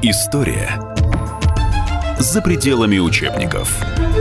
История за пределами учебников.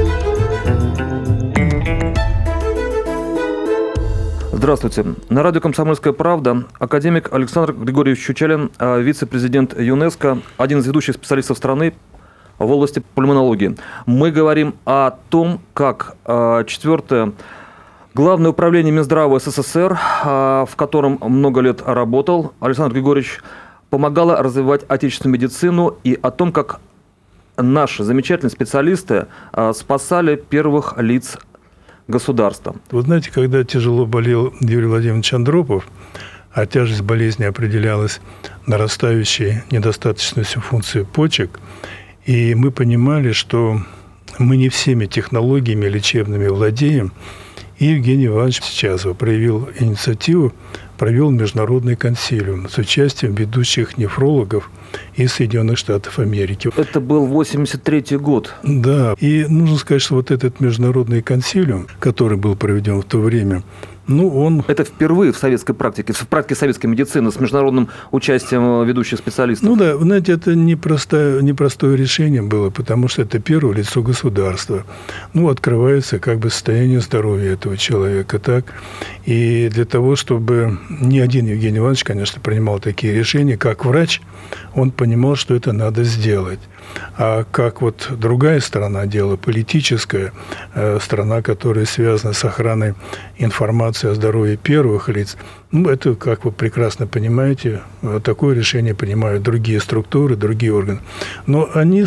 Здравствуйте. На радио «Комсомольская правда» академик Александр Григорьевич Чучалин, вице-президент ЮНЕСКО, один из ведущих специалистов страны в области пульмонологии. Мы говорим о том, как 4-е Главное управление Минздрава СССР, в котором много лет работал Александр Григорьевич, помогало развивать отечественную медицину, и о том, как наши замечательные специалисты спасали первых лиц государства. Вы знаете, когда тяжело болел Юрий Владимирович Андропов, а тяжесть болезни определялась нарастающей недостаточностью функции почек, и мы понимали, что мы не всеми технологиями лечебными владеем, и Евгений Иванович Чазов проявил инициативу, провел международный консилиум с участием ведущих нефрологов из Соединенных Штатов Америки. Это был 1983 год. Да, и нужно сказать, что вот этот международный консилиум, который был проведен в то время, он... Это впервые в советской практике, в практике советской медицины с международным участием ведущих специалистов. Да, знаете, это непростое решение было, потому что это первое лицо государства. Открывается состояние здоровья этого человека, так? И для того, чтобы ни один Евгений Иванович, конечно, принимал такие решения, как врач, он понимал, что это надо сделать. А как другая сторона дела, политическая сторона, которая связана с охраной информации о здоровье первых лиц, это, как вы прекрасно понимаете, такое решение принимают другие структуры, другие органы. Но они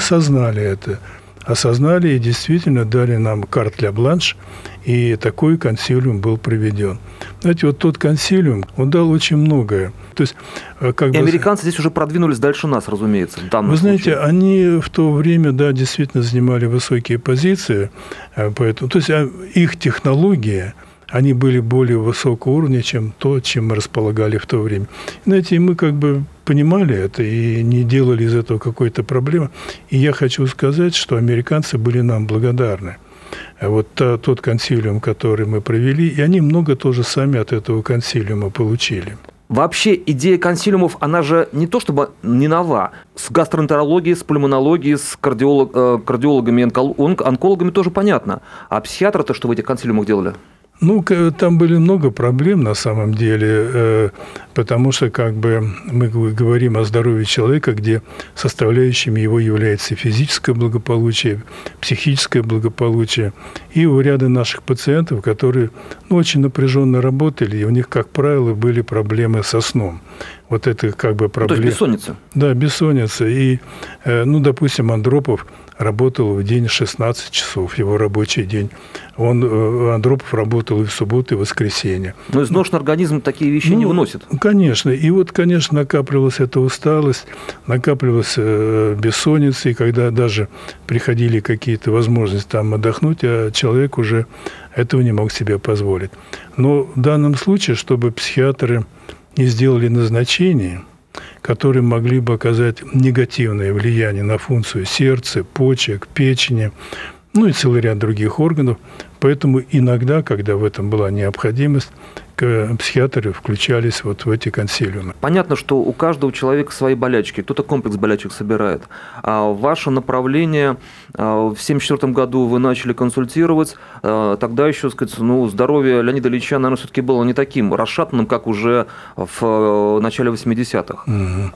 осознали и действительно дали нам карт-ля-бланш, и такой консилиум был проведен. Знаете, тот консилиум, он дал очень многое. То есть, и американцы здесь уже продвинулись дальше нас, разумеется. Вы знаете, они в то время, действительно занимали высокие позиции, поэтому, то есть их технологии, они были более высокого уровня, чем то, чем мы располагали в то время. Знаете, мы понимали это и не делали из этого какой-то проблемы. И я хочу сказать, что американцы были нам благодарны. Тот консилиум, который мы провели, и они много тоже сами от этого консилиума получили. Вообще идея консилиумов, она же не то чтобы не нова. С гастроэнтерологией, с пульмонологией, с кардиологами и онкологами тоже понятно. А психиатры-то что в этих консилиумах делали? Там были много проблем на самом деле, потому что мы говорим о здоровье человека, где составляющими его является физическое благополучие, психическое благополучие. И у ряда наших пациентов, которые очень напряженно работали, и у них, как правило, были проблемы со сном. Это проблема. То есть бессонница? Да, бессонница. И, допустим, Андропов работал в день 16 часов, его рабочий день. Андропов работал и в субботу, и в воскресенье. Но изношенный организм такие вещи не выносит. Конечно. И конечно, накапливалась эта усталость, накапливалась бессонница, и когда даже приходили какие-то возможности там отдохнуть, а человек уже этого не мог себе позволить. Но в данном случае, чтобы психиатры не сделали назначения, которые могли бы оказать негативное влияние на функцию сердца, почек, печени, и целый ряд других органов. Поэтому иногда, когда в этом была необходимость, психиатры включались в эти консилиумы. Понятно, что у каждого человека свои болячки. Кто-то комплекс болячек собирает. А ваше направление в 1974 году вы начали консультировать. Тогда еще, здоровье Леонида Ильича, наверное, все-таки было не таким расшатанным, как уже в начале 80-х.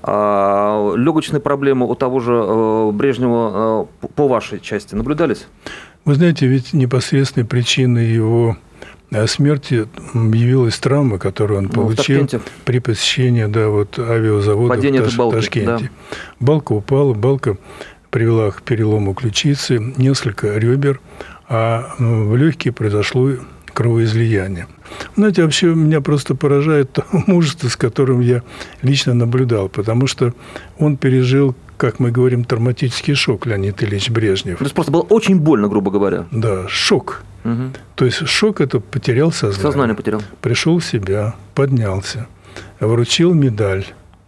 Угу. Легочные проблемы у того же Брежнева по вашей части наблюдались? Вы знаете, ведь непосредственной причиной его смерти явилась травма, которую он получил при посещении авиазавода в Ташкенте. Да. Балка упала, балка привела к перелому ключицы, несколько ребер, а в легкие произошло кровоизлияние. Знаете, вообще меня просто поражает то мужество, с которым я лично наблюдал, потому что он пережил, как мы говорим, травматический шок, Леонид Ильич Брежнев. То есть просто было очень больно, грубо говоря. Да, шок. Угу. То есть шок это потерял сознание. Сознание потерял. Пришел в себя, поднялся, вручил медаль.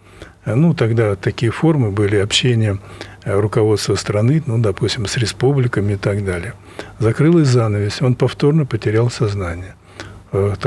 Тогда такие формы были общения руководства страны, допустим, с республиками и так далее. Закрылась занавес, он повторно потерял сознание.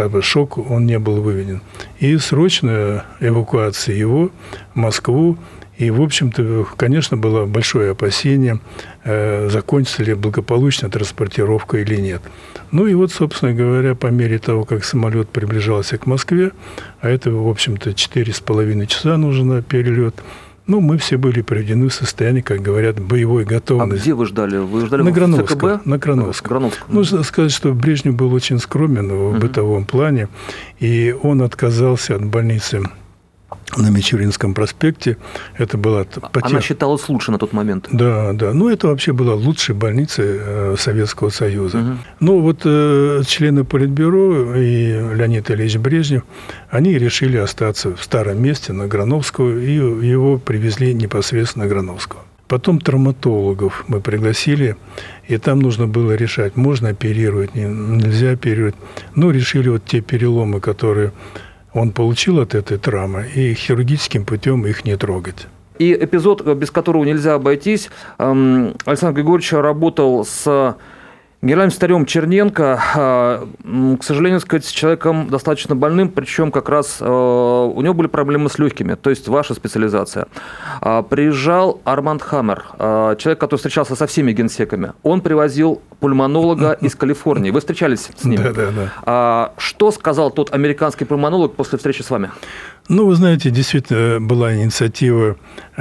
Шок, он не был выведен. И срочная эвакуация его в Москву, И, в общем-то, конечно, было большое опасение, закончится ли благополучно транспортировка или нет. Ну и вот, собственно говоря, по мере того, как самолет приближался к Москве, а это, в общем-то, 4,5 часа нужен на перелет, ну, мы все были приведены в состояние, как говорят, боевой готовности. А где вы ждали? Вы ждали на в Грановском, ЦКБ? На Грановском. Грановском. Нужно сказать, что Брежнев был очень скромен в бытовом плане, и он отказался от больницы на Мичуринском проспекте. Это была Она считалась лучше на тот момент. Да. Ну, это вообще была лучшая больница Советского Союза. Ну, вот члены Политбюро и Леонид Ильич Брежнев, они решили остаться в старом месте на Грановскую, и его привезли непосредственно на Грановскую. Потом травматологов мы пригласили, и там нужно было решать, можно оперировать, нельзя оперировать. Ну, решили вот те переломы, которые он получил от этой травмы, и хирургическим путем их не трогать. И эпизод, без которого нельзя обойтись. Александр Григорьевич работал с генеральным секретарем Черненко, к сожалению, сказать, с человеком достаточно больным, причем как раз у него были проблемы с легкими, то есть ваша специализация. Приезжал Арманд Хаммер, человек, который встречался со всеми генсеками. Он привозил пульмонолога из Калифорнии. Вы встречались с ним? Да. Что сказал тот американский пульмонолог после встречи с вами? Ну, вы знаете, действительно была инициатива.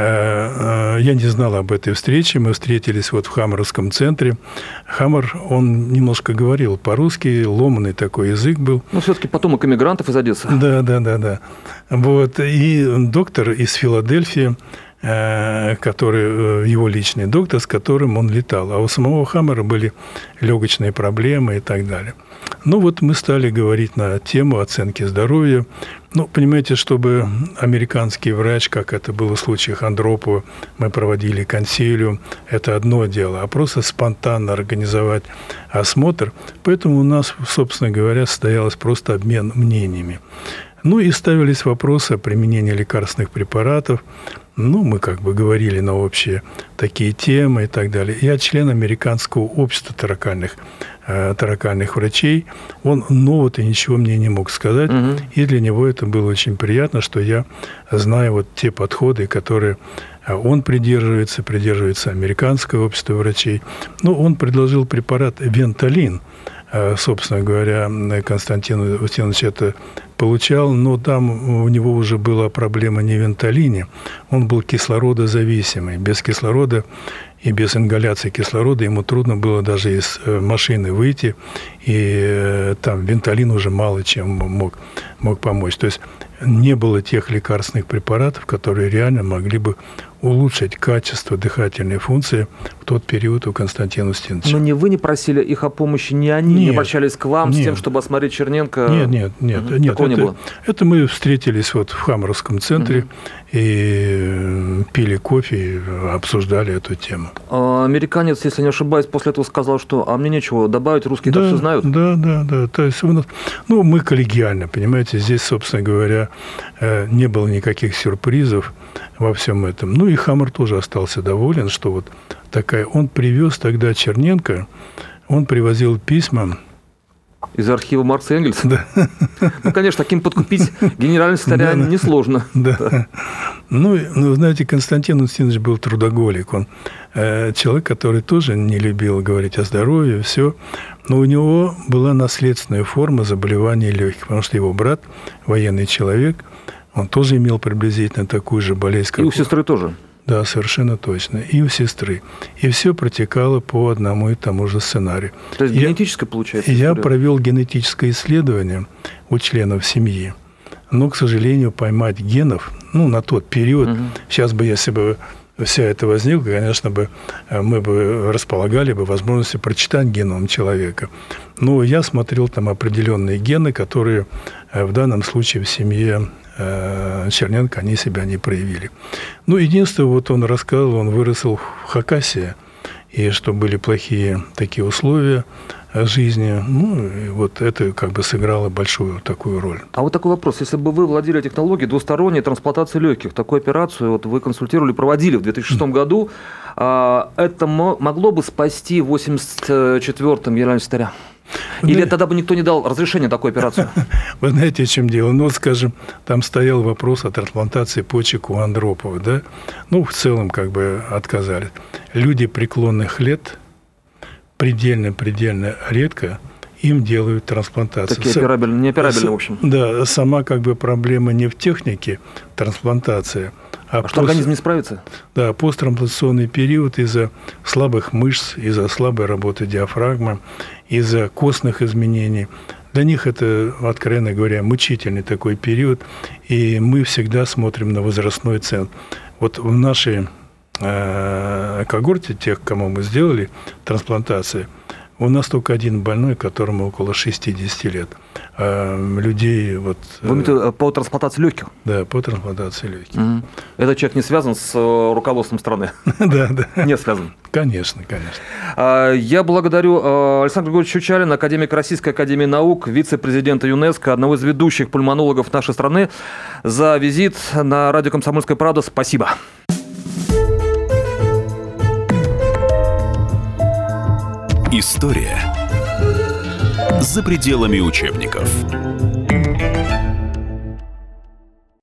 Я не знал об этой встрече. Мы встретились вот в Хаммеровском центре. Хаммер, он немножко говорил по-русски, ломаный такой язык был. Ну, все-таки потомок иммигрантов из Одессы. Да. Вот. И доктор из Филадельфии, который его личный доктор, с которым он летал. А у самого Хаммера были легочные проблемы и так далее. Ну, вот мы стали говорить на тему оценки здоровья. Ну, понимаете, чтобы американский врач, как это было в случае Андропова, мы проводили консилиум, это одно дело, а просто спонтанно организовать осмотр. Поэтому у нас, собственно говоря, состоялся просто обмен мнениями. Ну, и ставились вопросы о применении лекарственных препаратов. Ну, мы как бы говорили на общие такие темы и так далее. Я член Американского общества таракальных врачей. Он нового-то ничего мне не мог сказать. И для него это было очень приятно, что я знаю вот те подходы, которые он придерживается Американское общество врачей. Ну, он предложил препарат Венталин. Собственно говоря, Константин Устинович это получал, но там у него уже была проблема не в Венталине, он был кислородозависимый. Без кислорода и без ингаляции кислорода ему трудно было даже из машины выйти, и там Венталин уже мало чем мог помочь. То есть не было тех лекарственных препаратов, которые реально могли бы улучшить качество дыхательной функции в тот период у Константина Устиновича. Но не вы не просили их о помощи, не они не обращались к вам с тем, чтобы осмотреть Черненко? Нет. Такого не было? Это мы встретились вот в Хаммеровском центре и пили кофе, и обсуждали эту тему. Американец, если не ошибаюсь, после этого сказал, что «а мне нечего добавить, русские так все знают». Да. То есть мы коллегиально, понимаете, здесь, собственно говоря, не было никаких сюрпризов во всем этом. Ну и Хаммер тоже остался доволен, что вот такая... Он привез тогда Черненко, он привозил письма. Из архива Маркса и Энгельса? Да. Ну, конечно, таким подкупить генерального секретаря несложно. Да. Ну, знаете, Константин Устинович был трудоголик. Он человек, который тоже не любил говорить о здоровье, все. Но у него была наследственная форма заболевания легких, потому что его брат, военный человек, он тоже имел приблизительно такую же болезнь, как... И у сестры тоже? Да, совершенно точно. И у сестры. И все протекало по одному и тому же сценарию. То есть генетическое получается? Я провел генетическое исследование у членов семьи. Но, к сожалению, поймать генов, на тот период, сейчас бы, если бы вся это возникло, конечно бы, мы бы располагали бы возможностью прочитать геном человека. Но я смотрел там определенные гены, которые в данном случае в семье Черненко, они себя не проявили. Единственное, вот он рассказывал, он вырос в Хакасии, и что были плохие такие условия жизни. И вот это как бы сыграло большую такую роль. А вот такой вопрос. Если бы вы владели технологией двусторонней трансплантации легких, такую операцию вот вы консультировали, проводили в 2006 году, это могло бы спасти в 84-м генерального секретаря? Или тогда бы никто не дал разрешения на такую операцию? Вы знаете, в чем дело? Ну, вот, скажем, там стоял вопрос о трансплантации почек у Андропова, да? Ну, в целом, как бы отказали. Люди преклонных лет предельно редко им делают трансплантацию. Такие неоперабельные, в общем. Да, сама как бы проблема не в технике трансплантации, а что организм не справится? Да, посттрансплантационный период из-за слабых мышц, из-за слабой работы диафрагмы, из-за костных изменений. Для них это, откровенно говоря, мучительный такой период, и мы всегда смотрим на возрастной ценз. Вот в нашей когорте тех, кому мы сделали трансплантацию, у нас только один больной, которому около 60 лет. А людей вот... Вы имеете по трансплантации легких? Да, по трансплантации легких. Угу. Этот человек не связан с руководством страны? Да. Не связан? Конечно. Я благодарю Александра Григорьевича Чучалина, академика Российской академии наук, вице-президента ЮНЕСКО, одного из ведущих пульмонологов нашей страны, за визит на радио «Комсомольская правда». Спасибо. История за пределами учебников.